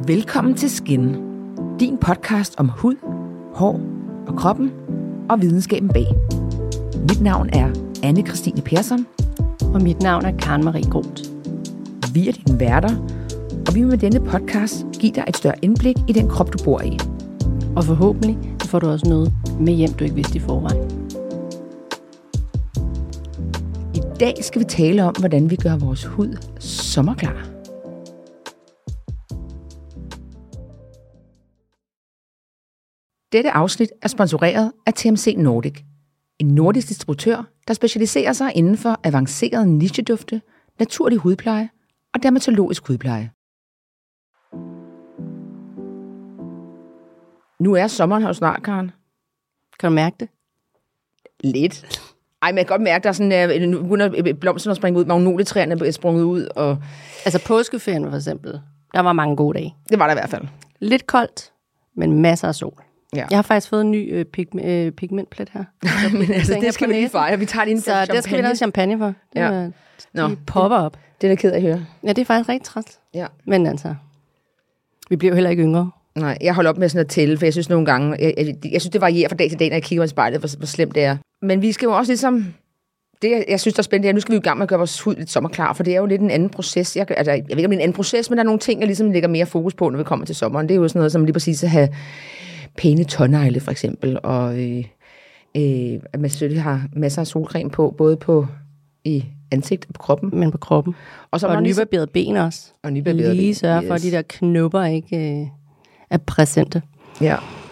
Velkommen til Skin, din podcast om hud, hår og kroppen og videnskaben bag. Mit navn er Anne-Kristine Persson. Og mit navn er Karen Marie Groth. Vi er dine værter, og vi vil med denne podcast give dig et større indblik i den krop, du bor i. Og forhåbentlig får du også noget med hjem, du ikke vidste i forvejen. I dag skal vi tale om, hvordan vi gør vores hud sommerklar. Dette afsnit er sponsoreret af TMC Nordic, en nordisk distributør, der specialiserer sig inden for avanceret nichedufte, naturlig hudpleje og dermatologisk hudpleje. Nu er sommeren her jo snart, Karen. Kan du mærke det? Lidt. Ej, men jeg kan godt mærke, at der er sådan, blomsterne springer ud, magnolietræerne er sprunget ud. Og Altså påskeferien for eksempel, der var mange gode dage. det var der i hvert fald. Lidt koldt, men masser af sol. Ja. Jeg har faktisk fået en ny pigmentplet her. Men altså, tænker det skal på vi lige næsen. fejre. Vi tager lige en Så det skal vi have champagne for. Det Nå, popper op. det er da ked af at høre. Ja, det er faktisk rigtig træt. Ja. Men altså, vi bliver jo heller ikke yngre. Nej, jeg holder op med sådan at tælle, for jeg synes nogle gange, jeg synes, det varierer fra dag til dag, når jeg kigger i spejlet, hvor slemt det er. Men vi skal jo også ligesom, det jeg synes, der er spændende, nu skal vi jo i gang med at gøre vores hud lidt sommerklar, for det er jo lidt en anden proces. Jeg ved ikke, om det er en anden proces, men der er nogle ting, jeg ligesom lægger mere fokus på, når vi kommer til sommeren. Det er jo sådan noget, som lige præcis at have pæne tånegle, for eksempel, og at man selvfølgelig har masser af solcreme på, både i ansigt og på kroppen. Men på kroppen. Og, Og nybarberet ben også. Og nybarberet Lige ben, sørge for, at de der knupper ikke er præsente. Ja.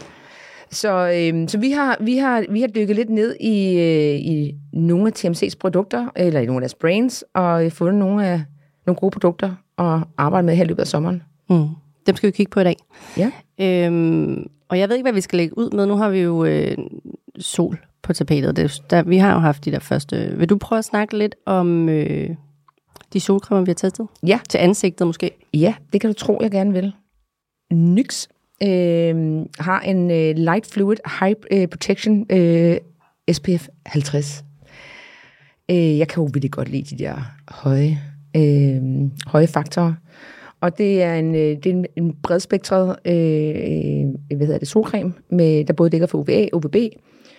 Så vi har dykket lidt ned i nogle af TMC's produkter, eller i nogle af deres brands, og fundet nogle gode produkter at arbejde med her i løbet af sommeren. Mm. Dem skal vi kigge på i dag. Ja. Og jeg ved ikke, hvad vi skal lægge ud med. Nu har vi jo sol på tapetet. Vi har jo haft de der første. Vil du prøve at snakke lidt om de solcremer, vi har testet? Ja. Til ansigtet måske? Ja, det kan du tro, jeg gerne vil. NYX har en Light Fluid High Protection SPF 50. Jeg kan jo virkelig godt lide de der høje faktorer. Og det er en bredspektret solcreme, der både dækker for UVA og UVB.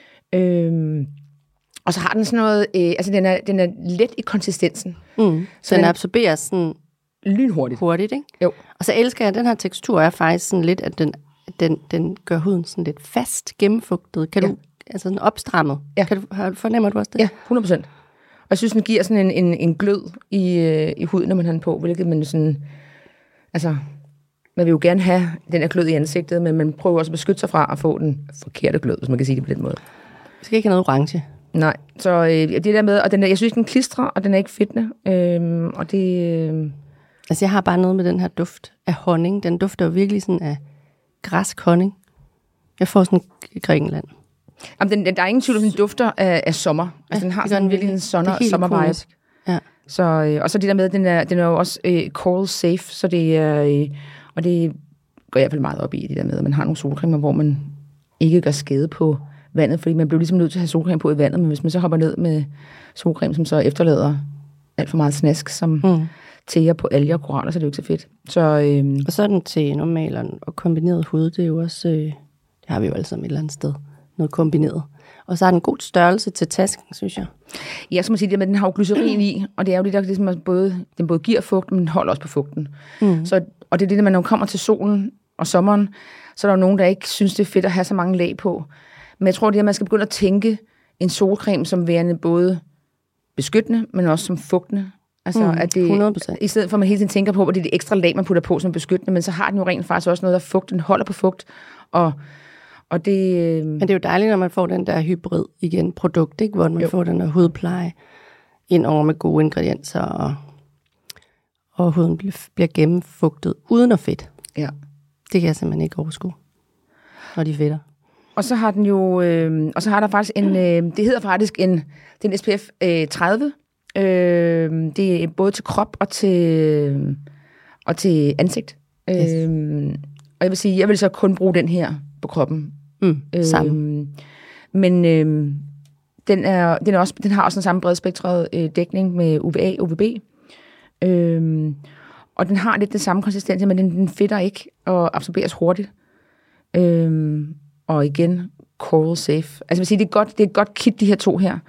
Og så har den sådan noget, den er let i konsistensen. Så den absorberer sådan lynhurtigt. Ikke? Jo. Og så elsker jeg, at den her tekstur er faktisk sådan lidt, at den gør huden sådan lidt fast, gennemfugtet. Kan du, altså sådan opstrammet. Ja. Fornemmer du også det? Ja, 100%. Og jeg synes, den giver sådan en glød i huden, når man har den på, hvilket man sådan, altså, man vil jo gerne have den her glød i ansigtet, men man prøver også at beskytte sig fra at få den forkerte glød, hvis man kan sige det på den måde. Vi skal ikke have noget orange. Nej, så det der med, og jeg synes, den klistrer, og den er ikke fedtende, og det... Altså, jeg har bare noget med den her duft af honning. Den dufter jo virkelig sådan af græsk honning. Jeg får sådan i Grækenland. Jamen, der er ingen tvivl, at den dufter af sommer. Altså, den har sådan virkelig en sommervibe. Ja. Så, og så det der med, at den er jo også coral safe, så det er... og det går jeg i hvert fald meget op i, det der med, at man har nogle solcremer, hvor man ikke gør skade på vandet, fordi man bliver ligesom nødt til at have solcreme på i vandet, men hvis man så hopper ned med solcreme, som så efterlader alt for meget snask, som tæger på alger og koraller, så det er jo ikke så fedt. Så, og så er den til normal og kombineret hud, det er jo også, det har vi jo alle sammen et eller andet sted, noget kombineret. Og så har den god størrelse til tasken, synes jeg. Ja, så må sige det, men den har jo glycerin i, og det er jo det, der ligesom den både giver fugt, men den holder også på fugten. Så, og det er det, når man kommer til solen og sommeren, så er der jo nogen, der ikke synes, det er fedt at have så mange lag på. Men jeg tror, det er, at man skal begynde at tænke en solcreme som værende både beskyttende, men også som fugtende. Altså, at det, 100%. I stedet for, at man hele tiden tænker på, at det er det ekstra lag, man putter på som beskyttende, men så har den jo rent faktisk også noget, der fugt. Den holder på fugt, og det... Men det er jo dejligt, når man får den der hybrid igen produkt, ikke? Hvor man får den der hudpleje ind over med gode ingredienser, og huden bliver gennemfugtet uden at fedt. Ja. Det kan jeg simpelthen ikke overskue, når de fedter. Og så har den jo, og så har der faktisk det hedder faktisk den SPF 30. Det er både til krop og til ansigt. Yes. Og jeg vil sige, jeg vil så kun bruge den her på kroppen. Sammen. Men den har også den samme bredspektret dækning med UVA og UVB. Og den har lidt den samme konsistens, men den fedter ikke og absorberes hurtigt. Og igen, coral safe. Altså, det er et godt kit, de her to her.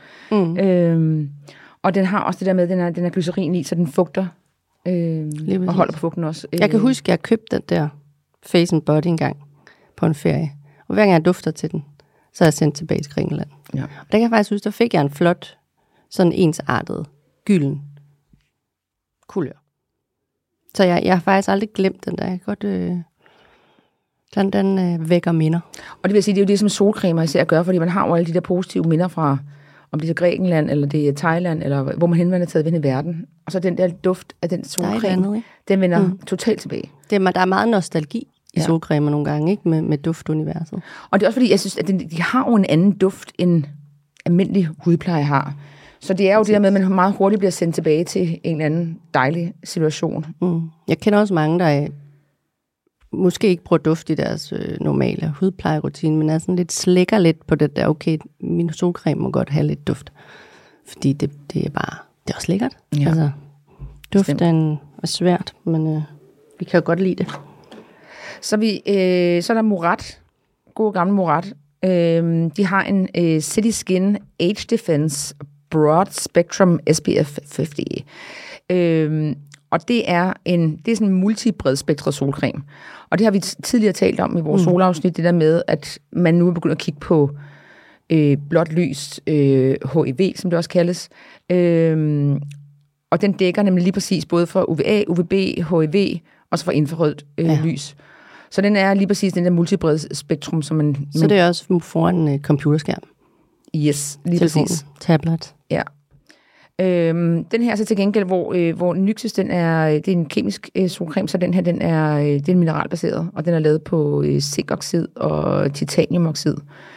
Og den har også det der med, den er glycerin i, så den fugter og holder på fugten også. Jeg kan huske, at jeg købte den der Face and Body engang på en ferie. Og hver gang jeg dufter til den, så er jeg sendt tilbage til Grækenland. Ja. Og der kan jeg faktisk huske, der fik jeg en flot, sådan ensartet, gylden kulør. Så jeg har faktisk aldrig glemt den der. Jeg kan godt... Den vækker minder. Og det vil sige, det er jo det, som solcremer især gør, fordi man har jo alle de der positive minder fra, om det er Grækenland, eller det er Thailand, eller hvor man er taget hen i verden. Og så den der duft af den solcreme, den vender totalt tilbage. Der er meget nostalgi i solcremer nogle gange, ikke? Med duftuniverset. Og det er også fordi, jeg synes, at de har jo en anden duft, end almindelig hudpleje har. Så det er jo det der med, at man meget hurtigt bliver sendt tilbage til en eller anden dejlig situation. Jeg kender også mange, der måske ikke bruger duft i deres normale hudplejerutine, men er sådan lidt slækker lidt på det der, okay, min solcreme må godt have lidt duft. Fordi det er også lækkert. Ja. Altså, duft er svært, men vi kan jo godt lide det. Så er der Murad. God gamle Murad. De har en City Skin Age Defense Broad Spectrum SPF 50. Og det er sådan en multibredspektret solcreme. Og det har vi tidligere talt om i vores solafsnit, det der med, at man nu er begyndt at kigge på blåt lys, HIV, som det også kaldes. Og den dækker nemlig lige præcis både for UVA, UVB, HIV, og så for infrarødt lys. Så den er lige præcis den der multibred spektrum, som man... Så det er også foran en computerskærm? Yes, lige telefon, præcis. Tablet? Ja. Den her så til gengæld, hvor Nyxus, det er en kemisk solcreme, så den her, det er en mineralbaseret, og den er lavet på zinkoxid og titaniumoxid.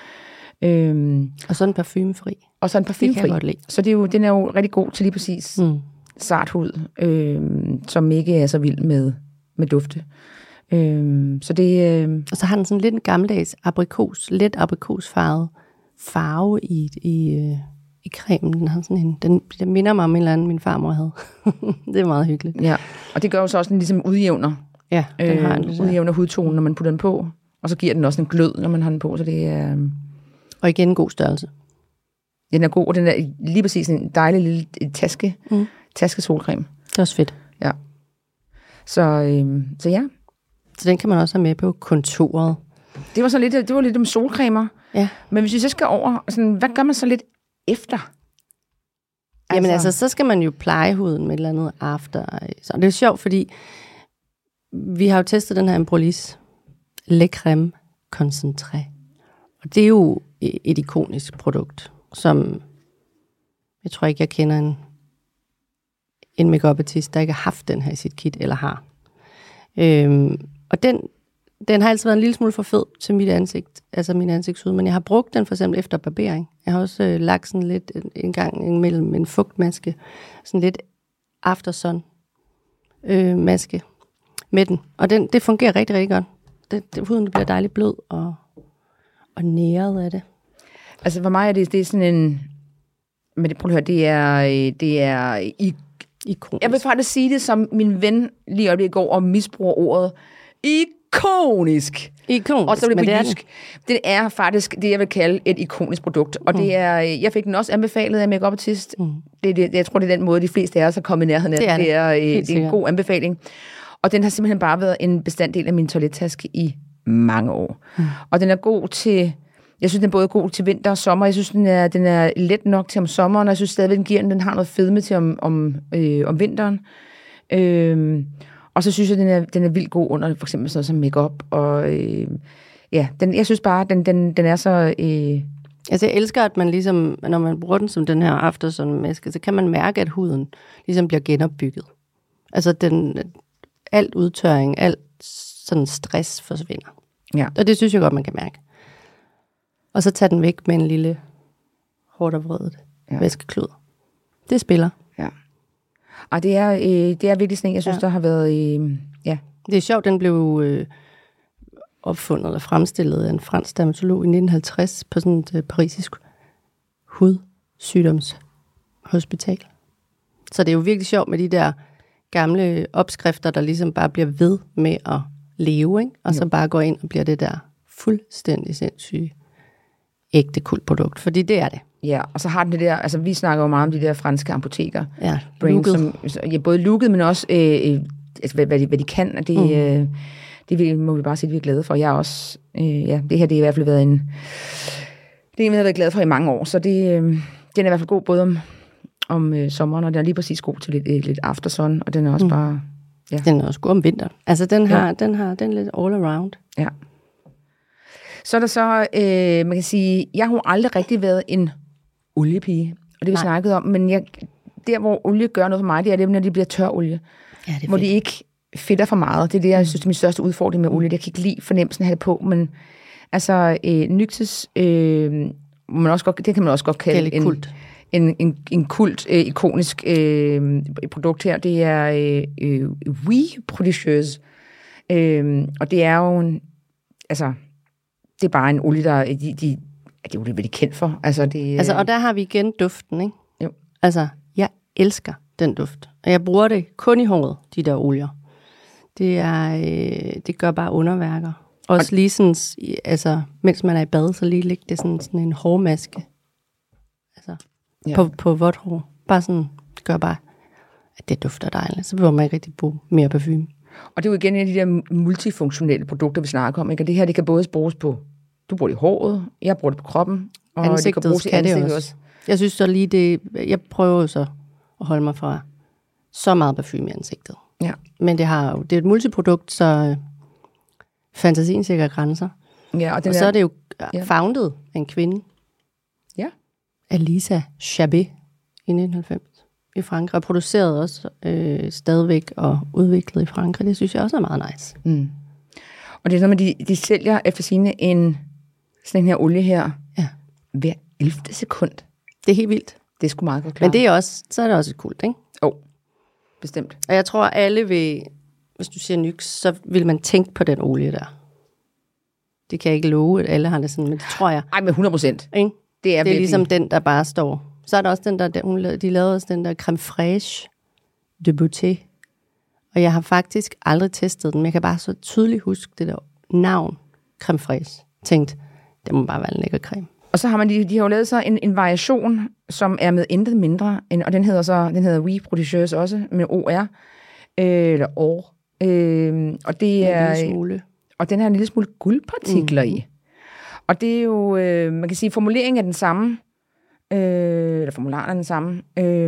Og så en parfumefri. Og så en parfumefri. Så den er jo rigtig god til lige præcis sart hud, som ikke er så vild med dufte. Så det, og så har den sådan lidt en gammeldags let aprikosfarvet farve i cremen. Den har sådan den minder mig om en eller anden, min farmor havde. Det er meget hyggeligt. Ja, og det gør jo så også, den ligesom udjævner. Ja, den har udjævner hudtonen, når man putter den på. Og så giver den også en glød, når man har den på. Så det er... Og igen en god størrelse. Den er god, og den er lige præcis en dejlig lille taske solcreme. Det er også fedt. Ja. Så ja. Så den kan man også have med på kontoret. Det var lidt om solcremer. Ja. Men hvis vi så skal over, sådan, hvad gør man så lidt efter? Jamen altså, så skal man jo pleje huden med et eller andet after. Så det er sjovt, fordi vi har jo testet den her Embryolisse Le Crème Concentré. Og det er jo et ikonisk produkt, som jeg tror ikke, jeg kender en make-up-artist, der ikke har haft den her i sit kit, eller har. Og den har altid været en lille smule for fed til mit ansigt, altså min ansigtshud, men jeg har brugt den for eksempel efter barbering. Jeg har også lagt sådan lidt en gang imellem en fugtmaske, sådan lidt after sun maske med den. Og det fungerer rigtig, rigtig godt. Huden bliver dejligt blød og næret af det. Altså for mig er det er sådan en... Men det, prøv at høre, det er ikonisk. Jeg vil faktisk sige det, som min ven lige op i går og misbruger ordet. Ikonisk. Og så det på jysk. Det er faktisk det, jeg vil kalde et ikonisk produkt. Og det er, jeg fik den også anbefalet af make-up artist. Jeg tror, det er den måde, de fleste af os er kommet i nærheden af. Det er en god anbefaling. Og den har simpelthen bare været en bestanddel af min toilettaske i mange år. Og den er god til... Jeg synes, den er både god til vinter og sommer. Jeg synes, den er let nok til om sommeren, og jeg synes stadigvæk, den har noget fedme til om vinteren. Og så synes jeg, den er vildt god under for eksempel sådan noget som make-up. Og jeg synes bare, den er så... Altså jeg elsker, at man ligesom, når man bruger den som den her aftersun-maske, så kan man mærke, at huden ligesom bliver genopbygget. Altså alt udtørring, alt sådan stress forsvinder. Ja. Og det synes jeg godt, man kan mærke. Og så tage den væk med en lille hårdt oprødet væskeklud. Det spiller. Ja. Og det er virkelig sådan en, jeg synes, der har været... Det er sjovt, den blev opfundet eller fremstillet af en fransk dermatolog i 1950 på sådan et parisisk hudsygdomshospital. Så det er jo virkelig sjovt med de der gamle opskrifter, der ligesom bare bliver ved med at leve, ikke? Og så bare går ind og bliver det der fuldstændig sindssyge ægte kultprodukt, fordi det er det. Ja, og så har den det der, altså vi snakker jo meget om de der franske apoteker. Ja, både looket, men også altså, hvad de kan, og det må vi bare sige, at vi er glade for. Jeg er også, det her det er i hvert fald været det har jeg været glad for i mange år, så den er i hvert fald god både om sommeren, og den er lige præcis god til lidt aftersun, og den er også bare... Ja. Den er også god om vinteren. Altså den er lidt all around. Ja. Så er der så, man kan sige, jeg har aldrig rigtig været en oliepige, og det vi snakkede om, men der hvor olie gør noget for mig, det er det, når de bliver tør olie. Ja, det er hvor de ikke fedter for meget. Det er det, jeg synes, det er min største udfordring med olie. Jeg kan ikke lide fornemmelsen af det på, men altså Nyktes, det kan man også godt kalde en kult, ikonisk produkt her. Det er We Producers, og det er jo det er bare en olie, der det er jo det, de kendt for. Altså, og der har vi igen duften, ikke? Jo. Altså, jeg elsker den duft, og jeg bruger det kun i håret, de der olier. Det gør bare underværker. Også lige sådan, altså, mens man er i bad, så lige ligge det sådan en hårmaske. Altså, på vådt hår. Bare sådan, det gør bare, at det dufter dejligt. Så behøver man ikke rigtig bruge mere parfume. Og det er jo igen en af de der multifunktionelle produkter, vi snakker om, ikke? Og det her, det kan både bruges på, du bruger det i håret, jeg bruger det på kroppen, og ansigtet, det kan bruges i ansigtet også. Jeg synes så lige det, jeg prøver så at holde mig fra så meget parfume i ansigtet. Ja. Men det er et multiprodukt, så fantasien sækker grænser. Ja, og så er det jo founded af en kvinde. Ja. Alisa Chabet i 1990 i Frankrig, og produceret også stadigvæk og udviklet i Frankrig. Det synes jeg også er meget nice. Mm. Og det er sådan, at de sælger efter sine sådan en her olie her hver 11. sekund. Det er helt vildt. Det er sgu meget godt klart. Men det er også, så er det også et kult, ikke? Bestemt. Og jeg tror, alle vil, hvis du siger Nyx, så vil man tænke på den olie der. Det kan jeg ikke love, at alle har det sådan, men det tror jeg. Ej, med 100%. Ikke? Det er ligesom den, der bare står. Så er der også den der, de lavede også den der creme fraîche de beauté. Og jeg har faktisk aldrig testet den, men jeg kan bare så tydeligt huske det der navn, creme fraîche. Tænkt, det må bare være en lækker creme. Og så har man de har jo lavet så en variation, som er med intet mindre, og den hedder We Producers også, med OR, eller OR. Og det er... Og den har en lille smule guldpartikler i. Og det er jo, man kan sige, formuleringen er den samme, eller formularen er den samme,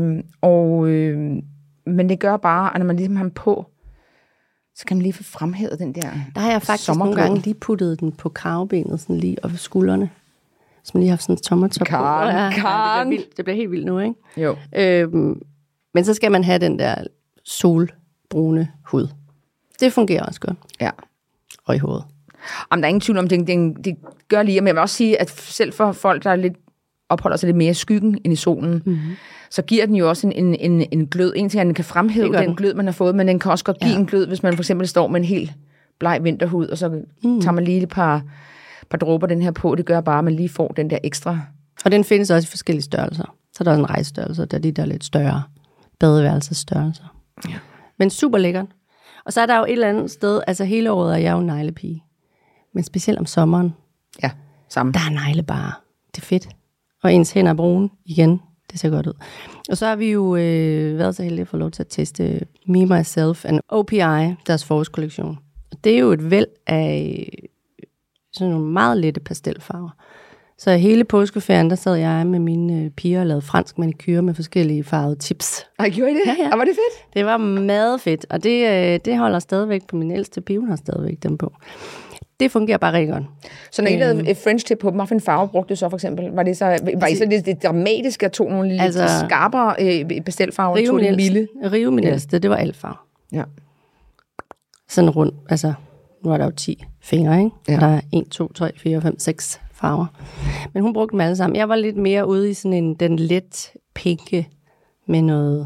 men det gør bare, at når man ligesom har den på, så kan man lige få fremhævet den der. Der har jeg faktisk nogle gange lige puttet den på kravebenet, sådan lige op ved skuldrene. Så man lige har sådan en tommertop på. Det bliver helt vildt nu, ikke? Jo. Men så skal man have den der solbrune hud. Det fungerer også godt. Ja. Og i hovedet. Jamen, der er ingen tvivl om, det gør lige. Men jeg vil også sige, at selv for folk, der lidt opholder sig lidt mere i skyggen end i solen, så giver den jo også en glød. En ting er, at den kan fremhæve den glød, man har fået, men den kan også godt give en glød, hvis man for eksempel står med en helt bleg vinterhud, og så tager man lige et par dråber den her på. Det gør bare, at man lige får den der ekstra. Og den findes også i forskellige størrelser. Så er der også en rejsestørrelse, der er de der lidt større badeværelsesstørrelser. Ja. Men super lækkert. Og så er der jo et eller andet sted, altså hele året er jeg jo neglepige. Men specielt om sommeren. Ja, samme. Der er neglebarer. Det er fedt. Og ens hænder er brune igen. Det ser godt ud. Og så har vi jo været så heldige at få lov til at teste Me, Myself and OPI, deres forårskollektion. Og det er jo et væld af sådan nogle meget lette pastelfarver. Så hele påskeferien, der sad jeg med mine piger og lavede fransk manicure med forskellige farvede tips. Og gjorde I det? Ja. Og var det fedt? Det var meget fedt, og det holder stadigvæk på min ældste pige, hun har stadigvæk dem på. Det fungerer bare rigtig godt. Så når I lavede et French tip på dem, hvilken farve brugte du så for eksempel? Var I så lidt dramatisk at tog nogle lidt skarpere pastelfarver? Rive min ældste, det var alfarve. Ja. Sådan rundt, altså nu er der jo 10 fingre, ikke? Ja. Og der er 1, 2, 3, 4, 5, 6 farver. Men hun brugte dem alle sammen. Jeg var lidt mere ude i sådan den let pinke med noget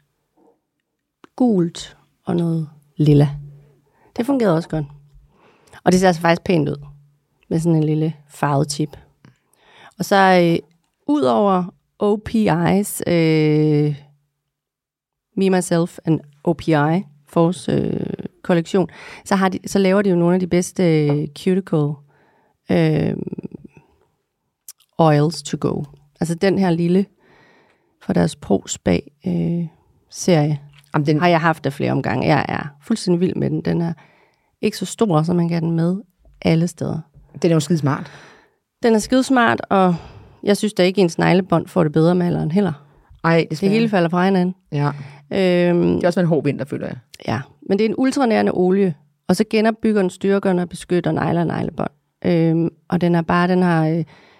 gult og noget lilla. Det fungerede også godt. Og det ser altså faktisk pænt ud med sådan en lille farvet tip. Og så ud over OPI's Me, Myself and OPI, Force kollektion, så laver de jo nogle af de bedste cuticle oils to go. Altså den her lille fra deres Pro-Spa serie, den har jeg haft af flere omgange. Jeg er fuldstændig vild med den. Den er ikke så stor, så man kan den med alle steder. Den er jo skide smart. Den er skide smart, og jeg synes da ikke, ens neglebånd får det bedre med alderen heller. Ej, det hele falder fra hinanden. Ja. Det er også en hård vinter, føler jeg. Ja, men det er en ultranærende olie, og så genopbygger den styrkerne og beskytter negler og neglebånd. Og den har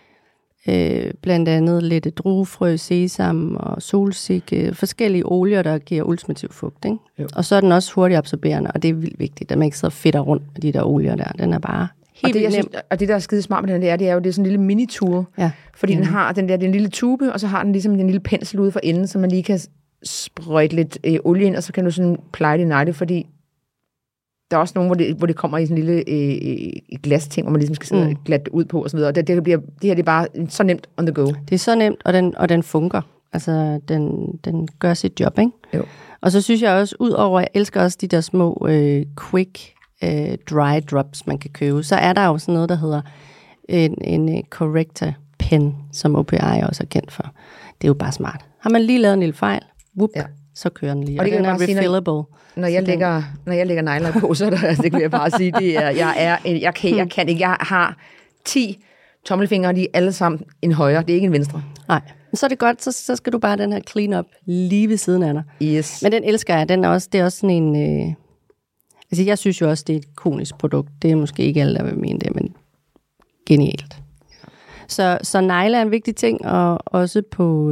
blandt andet lidt druefrø, sesam og solsikke, forskellige olier, der giver ultimativ fugt. Ikke? Og så er den også hurtigt absorberende, og det er vildt vigtigt, at man ikke sidder fedter rundt med de der olier der. Den er bare helt vildt nem. Og det, der er skide smart med den, det er jo, det er sådan en lille mini-tube. Ja. Fordi den har den lille tube, og så har den ligesom en lille pensel ude for enden, så man lige kan sprøjte lidt olie ind, og så kan du sådan pleje det negle, fordi der er også nogle, hvor det kommer i sådan en lille glasting, hvor man ligesom skal sidde glatte ud på og så videre. Det her det er bare så nemt on the go. Det er så nemt, og den fungerer. Altså, den gør sit job, ikke? Jo. Og så synes jeg også, udover, jeg elsker også de der små quick dry drops, man kan købe, så er der jo sådan noget, der hedder en corrector pen, som OPI også er kendt for. Det er jo bare smart. Har man lige lavet en lille fejl, så kører den lige. Og den er refillable. Når jeg lægger negler på, så det kan jeg bare sige, det er, jeg kan ikke. Jeg har 10 tommelfingre, de er alle sammen en højre, det er ikke en venstre. Nej, men så er det godt, så skal du bare den her clean up lige ved siden af dig. Yes. Men den elsker jeg, det er også sådan en, altså jeg synes jo også, det er et ikonisk produkt. Det er måske ikke alle, der vil mene det, men genialt. Så negle er en vigtig ting, og også på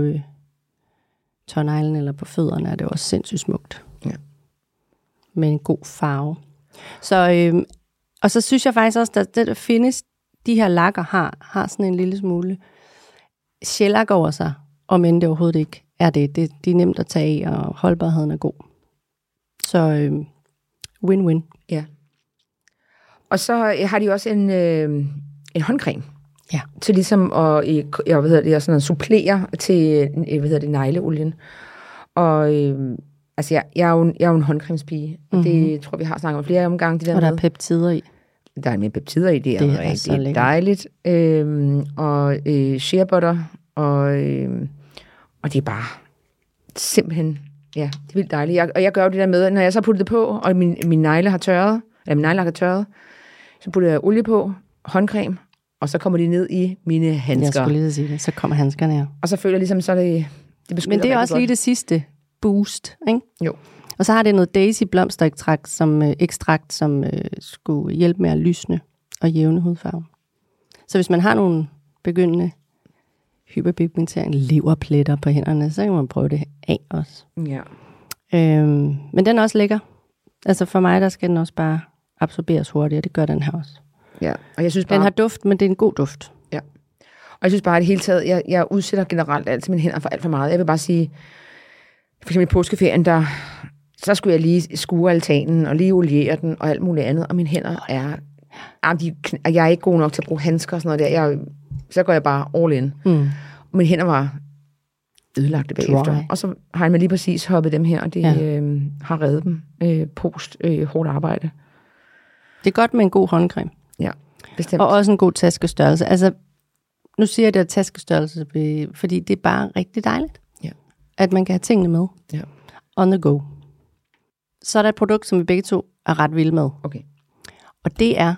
tåneglen eller på fødderne er det også sindssygt smukt. Ja. Med en god farve. Så, og så synes jeg faktisk også, at det, der findes, de her lakker har sådan en lille smule shellac over sig, om end det overhovedet ikke er det. De er nemt at tage af, og holdbarheden er god. Så win-win. Ja. Og så har de også en håndcreme. Ja. Til ligesom at supplere til negleolien. Og altså jeg er jo en håndcremespige. Det tror vi har snakket om flere omgange. Og der er peptider i. Der er mere peptider i, det er rigtig dejligt. Og shea butter, og det er bare simpelthen, ja, det er vildt dejligt. Og jeg gør jo det der med, når jeg så putter det på, og min neglelak har tørret, så putter jeg olie på, håndcreme, og så kommer de ned i mine handsker. Jeg skulle lige sige det, så kommer handskerne her. Og så føler jeg ligesom, så det beskytter. Men det er også godt. Lige det sidste boost, ikke? Jo. Og så har det noget daisy blomsterekstrakt, som skulle hjælpe med at lysne og jævne hudfarven. Så hvis man har nogle begyndende hyperpigmentering, leverpletter på hænderne, så kan man prøve det af også. Ja. Men den er også lækker. Altså for mig, der skal den også bare absorberes hurtigt, og det gør den her også. Ja, og jeg synes bare... Den har duft, men det er en god duft. Ja. Og jeg synes bare, at det hele taget, jeg udsætter generelt altid mine hænder for alt for meget. Jeg vil bare sige, for eksempel i påskeferien, så skulle jeg lige skure altanen, og lige oliere den, og alt muligt andet, og mine hænder er... Jeg er ikke god nok til at bruge handsker og sådan noget der. Så går jeg bare all in. Og mine hænder var ødelagte bagefter. Og så har jeg mig lige præcis hoppet dem her, og det har reddet dem post hårdt arbejde. Det er godt med en god håndcreme. Ja, bestemt. Og også en god taskestørrelse. Altså, nu siger jeg det taskestørrelse, fordi det er bare rigtig dejligt, at man kan have tingene med. Ja. On the go. Så er der et produkt, som vi begge to er ret vilde med. Okay. Og det er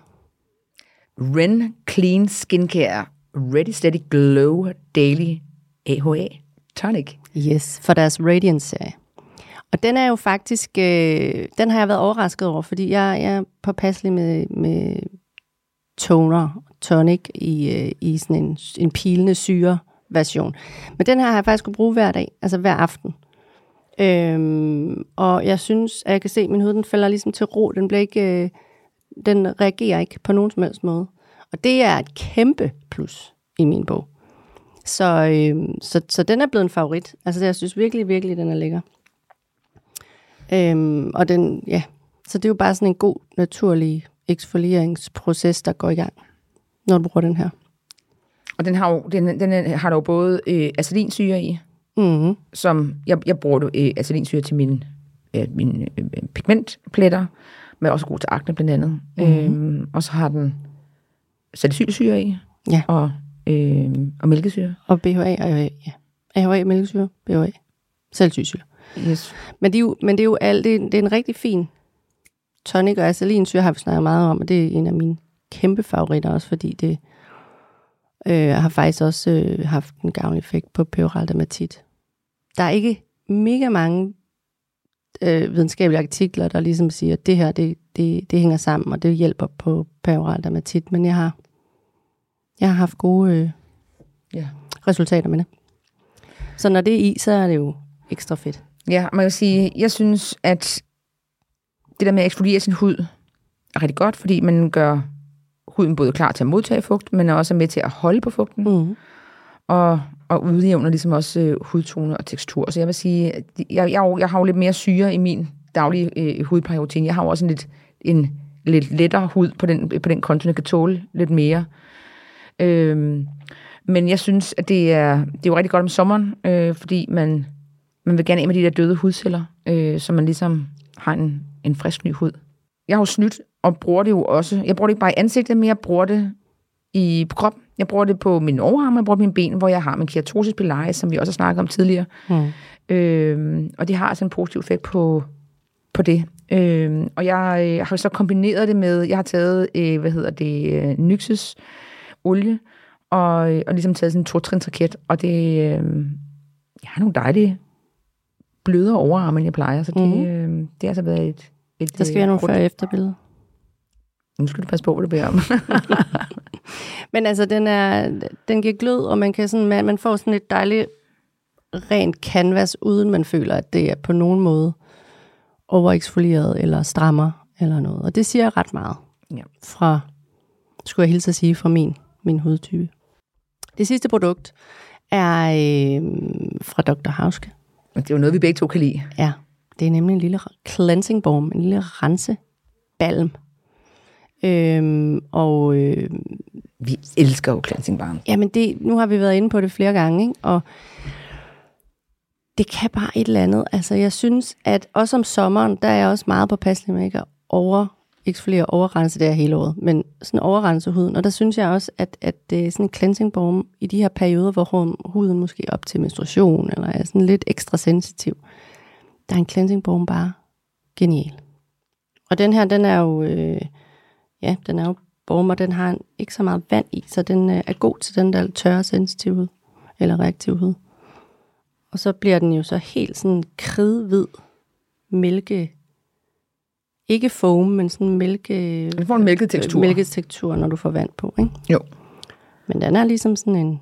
Ren Clean Skincare Ready Steady Glow Daily AHA Tonic. Yes, for deres Radiance-serie. Og den er jo faktisk, den har jeg været overrasket over, fordi jeg er påpasselig med toner, tonic i sådan en pilende syre version. Men den her har jeg faktisk kunne bruge hver dag, altså hver aften. Og jeg synes, at jeg kan se, at min hud den falder ligesom til ro. Den reagerer ikke på nogen som helst måde. Og det er et kæmpe plus i min bog. Så den er blevet en favorit. Altså jeg synes virkelig, virkelig, den er lækker. Og den, ja, så det er jo bare sådan en god, naturlig eksfolieringsproces, der går i gang, når du bruger den her. Og den har jo både acetinsyre i, som jeg bruger acelinsyre til mine pigmentpletter, men også god til akne blandt andet. Og så har den salicylsyre i, og mælkesyre. Og BHA, AHA, mælkesyre, BHA, salicylsyre. Yes. Men det er jo alt, det er en rigtig fin tonic, og acelinsyre har vi snakket meget om, og det er en af mine kæmpe favoritter også, fordi det har faktisk også haft en gavnlig effekt på peroral dermatit. Der er ikke mega mange videnskabelige artikler, der ligesom siger, at det her, det hænger sammen, og det hjælper på peroral dermatit, men jeg har haft gode resultater med det. Så når det er i, så er det jo ekstra fedt. Ja, man kan sige, jeg synes, at det der med at eksfoliere sin hud er rigtig godt, fordi man gør huden både klar til at modtage fugt, men også er med til at holde på fugten, og udjævner ligesom også hudtone og tekstur. Så jeg vil sige, at jeg har jo lidt mere syre i min daglige hudplejerutine. Jeg har jo også en lidt lettere hud på den konto, jeg kan tåle lidt mere. Men jeg synes, at det er jo rigtig godt om sommeren, fordi man vil gerne af med de der døde hudceller, så man ligesom har en frisk ny hud. Jeg har jo snydt og bruger det jo også. Jeg bruger det ikke bare i ansigtet, men jeg bruger det på kroppen. Jeg bruger det på mine overarme, jeg bruger mine ben, hvor jeg har min keratosis pilaris, som vi også har snakket om tidligere. Og det har altså en positiv effekt på det. Og jeg har så kombineret det med, jeg har taget, Nyxes olie, og ligesom taget sådan en 2-trins-raket, og det, jeg har nogle dejlige blødere overarme, end jeg plejer, så det har altså været et der skal være nogle før- og efterbilleder. Nu skal du passe på, hvad du beder om. Men altså, den giver glød, og man kan sådan, man får sådan et dejligt rent canvas, uden man føler, at det er på nogen måde overeksfolieret eller strammer eller noget. Og det siger ret meget fra, skulle jeg hilse at sige, fra min hudtype. Det sidste produkt er fra Dr. Hauschka. Det er jo noget, vi begge to kan lide. Ja, det er nemlig en lille cleansing balm, en lille rensebalm. Vi elsker jo cleansing balm. Jamen, nu har vi været inde på det flere gange, ikke? Og det kan bare et eller andet. Altså, jeg synes, at også om sommeren, der er jeg også meget påpasselig med ikke at overrense det her hele året, men sådan overrense huden. Og der synes jeg også, at det er sådan en cleansing balm i de her perioder, hvor huden måske op til menstruation, eller er sådan lidt ekstra sensitiv. Der er en cleansing balm bare genial. Og den her, den er jo balm, og den har ikke så meget vand i, så den er god til den der tørre sensitiv hud, eller reaktiv hud. Og så bliver den jo så helt sådan kridhvid mælke, ikke foam, men sådan mælke... Den får en mælketekstur. Mælketekstur, når du får vand på, ikke? Jo. Men den er ligesom sådan en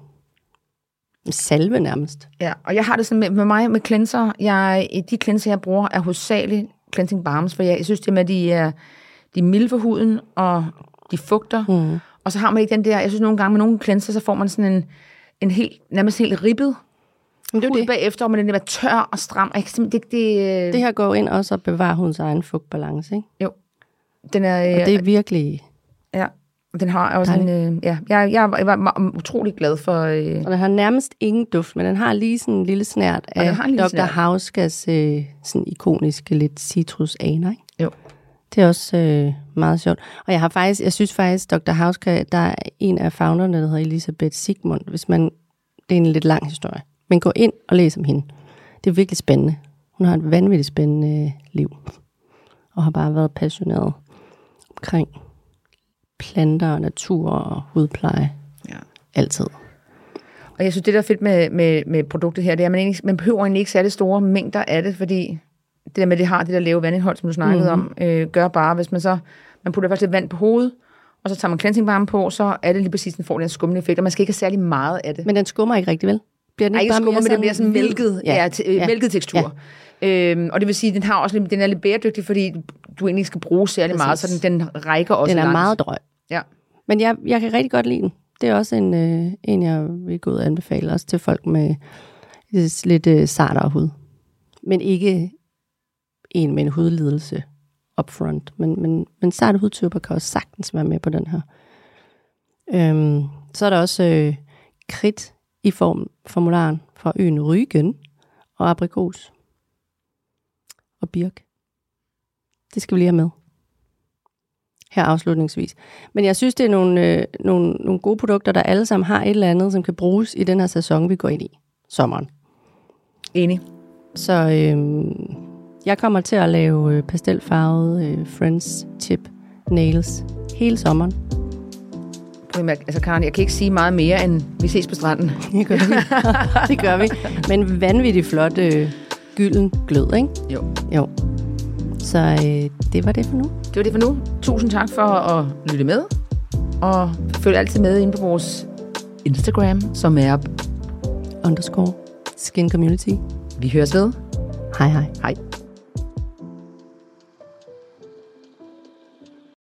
salve nærmest. Ja, og jeg har det sådan med mig med cleanser. De cleanser, jeg bruger, er hovedsageligt cleansing balms, for jeg synes, det med, at de er milde for huden, og de fugter. Og så har man ikke den der... Jeg synes nogle gange med nogle cleanser, så får man sådan en nærmest helt ribbet hud bagefter, og man den der tør og stram. Det her går ind også og bevarer hudens egen fugtbalance, ikke? Jo. Den er, og det er virkelig... Ja, den har også en... Jeg var utrolig glad for... Og den har nærmest ingen duft, men den har lige sådan en lille snært af Dr. Hauschkas sådan ikoniske lidt citrusaner, ikke? Jo. Det er også meget sjovt. Og jeg synes faktisk, Dr. Hauschka, der er en af founderne, der hedder Elisabeth Sigmund. Det er en lidt lang historie. Men gå ind og læs om hende. Det er virkelig spændende. Hun har et vanvittigt spændende liv. Og har bare været passioneret omkring planter og natur og hudpleje. Ja. Altid. Og jeg synes, det der er fedt med produktet her, det er, at man behøver egentlig ikke særlig store mængder af det, fordi det der med, det har det der lave vandindhold, som du snakkede om, gør bare, hvis man putter først lidt vand på hovedet, og så tager man cleansing balm på, så er det lige præcis, den får den skummende effekt, og man skal ikke have særlig meget af det. Men den skummer ikke rigtig, vel? Bliver den ikke bare skummer, men det bliver sådan mælket tekstur. Og det vil sige, den er lidt bæredygtig, fordi du egentlig skal bruge særlig meget, så den rækker også langt. Den er meget drøg. Ja. Men jeg kan rigtig godt lide den. Det er også en jeg vil gå ud og anbefale, også til folk med lidt sartere hud. Men ikke en med en hudlidelse upfront. Men sarte hudtyper kan også sagtens være med på den her. Så er der også kridt i formularen, fra øen Rügen og aprikos og birk. Det skal vi lige have med her afslutningsvis. Men jeg synes, det er nogle gode produkter, der alle sammen har et eller andet, som kan bruges i den her sæson, vi går ind i. Sommeren. Enig. Så jeg kommer til at lave pastelfarvede Friends Chip Nails hele sommeren. Altså Karen, jeg kan ikke sige meget mere, end vi ses på stranden. Det gør vi. Det gør vi. Men vanvittigt flot gylden glød, ikke? Jo. Så det var det for nu. Det var det for nu. Tusind tak for at lytte med. Og følg altid med inde på vores Instagram, som er _Skin Community. Vi høres ved. Hej hej. Hej.